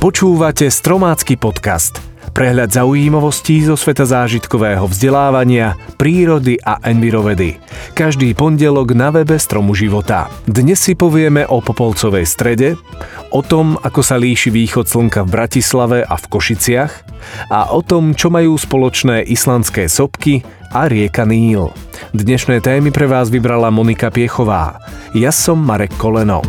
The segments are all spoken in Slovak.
Počúvate Stromácky podcast. Prehľad zaujímavostí zo sveta zážitkového vzdelávania, prírody a envirovedy. Každý pondelok na webe Stromu života. Dnes si povieme o Popolcovej strede, o tom, ako sa líši východ slnka v Bratislave a v Košiciach a o tom, čo majú spoločné islandské sopky a rieka Níl. Dnešné témy pre vás vybrala Monika Piechová. Ja som Marek Koleno.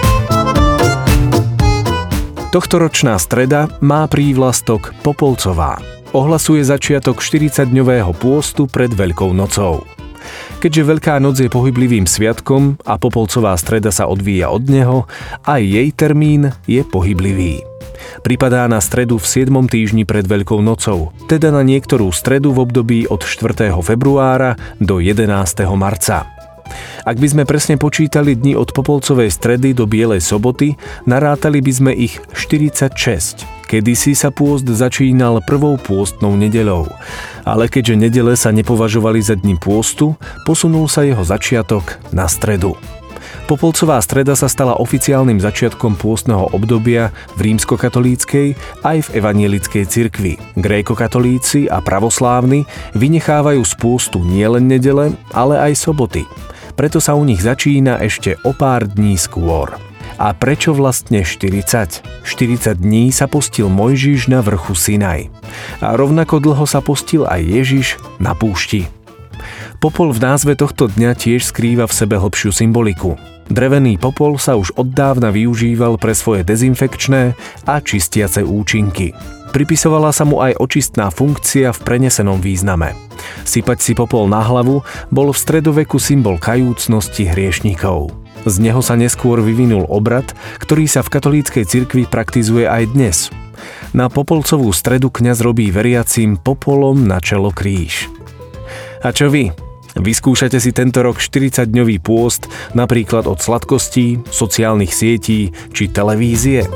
Tohtoročná streda má prívlastok Popolcová. Ohlasuje začiatok 40-dňového pôstu pred Veľkou nocou. Keďže Veľká noc je pohyblivým sviatkom a Popolcová streda sa odvíja od neho, aj jej termín je pohyblivý. Pripadá na stredu v 7. týždni pred Veľkou nocou, teda na niektorú stredu v období od 4. februára do 11. marca. Ak by sme presne počítali dni od Popolcovej stredy do Bielej soboty, narátali by sme ich 46. Kedysi sa pôst začínal prvou pôstnou nedeľou, ale keďže nedele sa nepovažovali za dni pôstu, posunul sa jeho začiatok na stredu. Popolcová streda sa stala oficiálnym začiatkom pôstneho obdobia v rímskokatolíckej aj v evanjelickej cirkvi. Grékokatolíci a pravoslávni vynechávajú z pôstu nielen nedele, ale aj soboty. Preto sa u nich začína ešte o pár dní skôr. A prečo vlastne 40? 40 dní sa postil Mojžiš na vrchu Sinaj. A rovnako dlho sa postil aj Ježiš na púšti. Popol v názve tohto dňa tiež skrýva v sebe hlbšiu symboliku. Drevený popol sa už od dávna využíval pre svoje dezinfekčné a čistiace účinky. Pripisovala sa mu aj očistná funkcia v prenesenom význame. Sypať si popol na hlavu bol v stredoveku symbol kajúcnosti hriešnikov. Z neho sa neskôr vyvinul obrad, ktorý sa v katolíckej cirkvi praktizuje aj dnes. Na Popolcovú stredu kňaz robí veriacim popolom na čelo kríž. A čo vy? Vyskúšate si tento rok 40-dňový pôst napríklad od sladkostí, sociálnych sietí či televízie?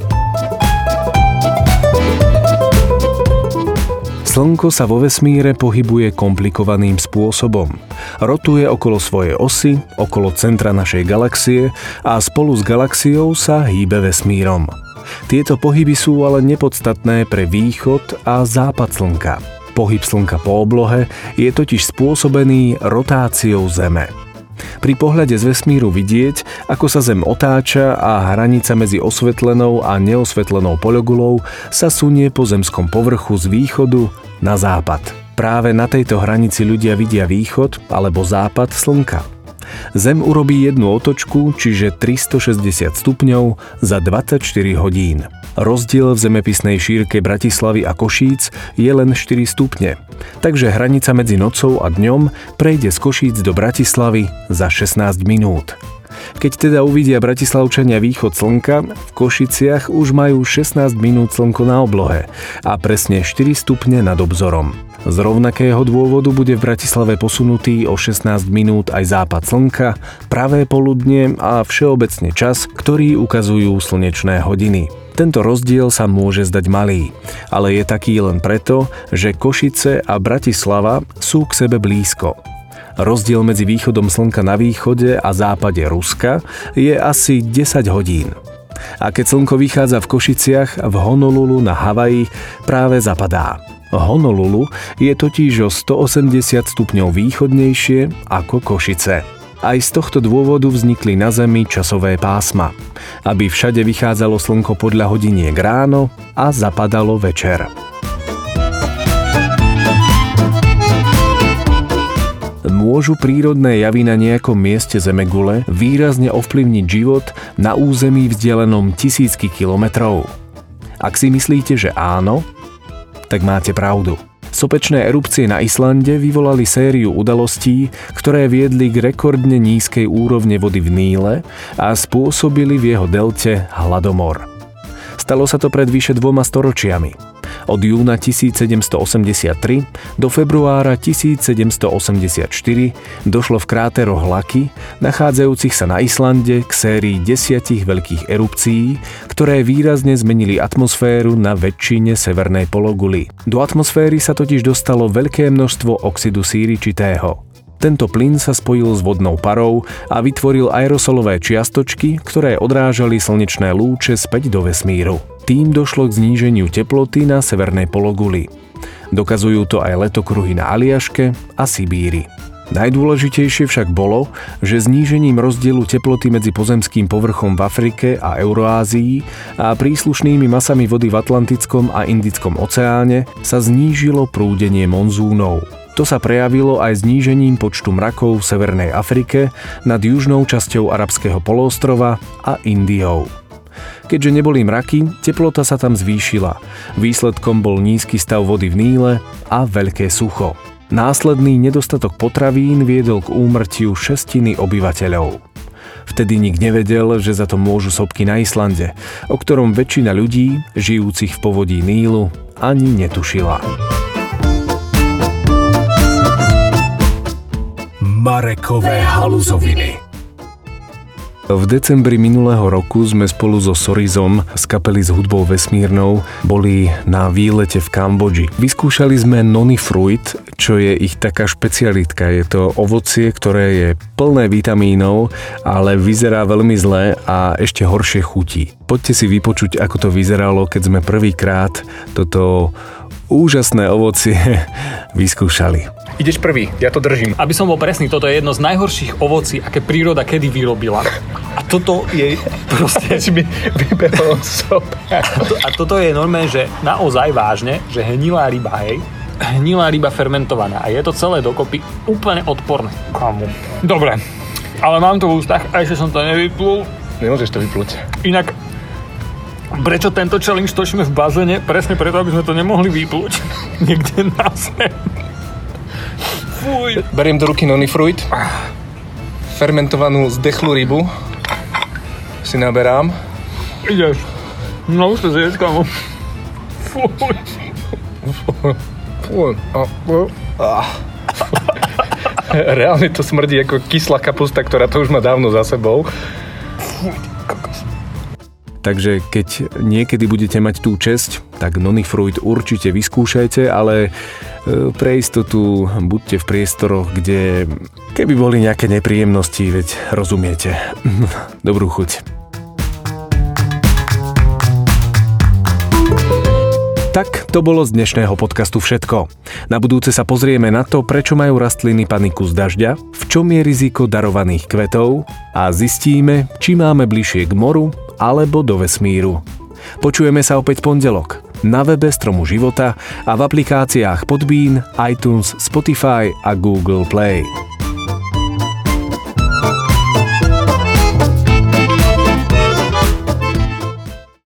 Slnko sa vo vesmíre pohybuje komplikovaným spôsobom. Rotuje okolo svojej osy, okolo centra našej galaxie a spolu s galaxiou sa hýbe vesmírom. Tieto pohyby sú ale nepodstatné pre východ a západ slnka. Pohyb slnka po oblohe je totiž spôsobený rotáciou Zeme. Pri pohľade z vesmíru vidieť, ako sa Zem otáča a hranica medzi osvetlenou a neosvetlenou poľogulou sa sunie po zemskom povrchu z východu na západ. Práve na tejto hranici ľudia vidia východ alebo západ slnka. Zem urobí jednu otočku, čiže 360 stupňov za 24 hodín. Rozdiel v zemepisnej šírke Bratislavy a Košíc je len 4 stupne, takže hranica medzi nocou a dňom prejde z Košíc do Bratislavy za 16 minút. Keď teda uvidia Bratislavčania východ slnka, v Košiciach už majú 16 minút slnko na oblohe a presne 4 stupne nad obzorom. Z rovnakého dôvodu bude v Bratislave posunutý o 16 minút aj západ slnka, pravé poludnie a všeobecne čas, ktorý ukazujú slnečné hodiny. Tento rozdiel sa môže zdať malý, ale je taký len preto, že Košice a Bratislava sú k sebe blízko. Rozdiel medzi východom slnka na východe a západe Ruska je asi 10 hodín. A keď slnko vychádza v Košiciach, v Honolulu na Havaji práve zapadá. Honolulu je totiž o 180 stupňov východnejšie ako Košice. Aj z tohto dôvodu vznikli na Zemi časové pásma, aby všade vychádzalo slnko podľa hodiniek ráno a zapadalo večer. Môžu prírodné javy na nejakom mieste Zemegule výrazne ovplyvniť život na území vzdialenom tisícky kilometrov? Ak si myslíte, že áno, tak máte pravdu. Sopečné erupcie na Islande vyvolali sériu udalostí, ktoré viedli k rekordne nízkej úrovne vody v Níle a spôsobili v jeho delte hladomor. Stalo sa to pred vyše 2 storočiami. Od júna 1783 do februára 1784 došlo v kráteroch Laki, nachádzajúcich sa na Islande, k sérii 10 veľkých erupcií, ktoré výrazne zmenili atmosféru na väčšine severnej pologuly. Do atmosféry sa totiž dostalo veľké množstvo oxidu síričitého. Tento plyn sa spojil s vodnou parou a vytvoril aerosolové čiastočky, ktoré odrážali slnečné lúče späť do vesmíru. Tým došlo k zníženiu teploty na severnej pologuli. Dokazujú to aj letokruhy na Aliaške a Sibíri. Najdôležitejšie však bolo, že znížením rozdielu teploty medzi pozemským povrchom v Afrike a Euroázii a príslušnými masami vody v Atlantickom a Indickom oceáne sa znížilo prúdenie monzúnov. To sa prejavilo aj znížením počtu mrakov v Severnej Afrike nad južnou časťou arabského poloostrova a Indiou. Keďže neboli mraky, teplota sa tam zvýšila. Výsledkom bol nízky stav vody v Níle a veľké sucho. Následný nedostatok potravín viedol k úmrtiu 1/6 obyvateľov. Vtedy nik nevedel, že za to môžu sopky na Islande, o ktorom väčšina ľudí, žijúcich v povodí Nílu, ani netušila. Marekové haluzoviny. V decembri minulého roku sme spolu so Sorizom z kapely s hudbou vesmírnou boli na výlete v Kambodži. Vyskúšali sme noni fruit, čo je ich taká špecialitka. Je to ovocie, ktoré je plné vitamínov, ale vyzerá veľmi zle a ešte horšie chutí. Poďte si vypočuť, ako to vyzeralo, keď sme prvýkrát toto úžasné ovocie vyskúšali. Ideš prvý, ja to držím. Aby som bol presný, toto je jedno z najhorších ovocí, aké príroda kedy vyrobila. A toto je proste... Si mi vybehol sop. A toto je normálne, že naozaj vážne, že hnilá ryba, hej. Hnilá ryba fermentovaná. A je to celé dokopy úplne odporné. Kamu. Dobre, ale mám to v ústach a ešte som to nevyplul. Nemôžeš to vyplúť. Inak, prečo tento challenge točíme v bazéne? Presne preto, aby sme to nemohli vyplúť. Niekde na zem. Fuj. Beriem do ruky noni fruit. Fermentovanú zdechlú rybu si naberám. Ideš. No už to zjedz, kamo. Fuj. Fuj. Reálne to smrdí ako kyslá kapusta, ktorá to už má dávno za sebou. Takže keď niekedy budete mať tú česť, tak noni fruit určite vyskúšajte, ale pre istotu buďte v priestoroch, kde keby boli nejaké nepríjemnosti, veď rozumiete. Dobrú chuť. Tak, to bolo z dnešného podcastu všetko. Na budúce sa pozrieme na to, prečo majú rastliny paniku z dažďa, v čom je riziko darovaných kvetov a zistíme, či máme bližšie k moru alebo do vesmíru. Počujeme sa opäť v pondelok na webe Stromu života a v aplikáciách Podbean, iTunes, Spotify a Google Play.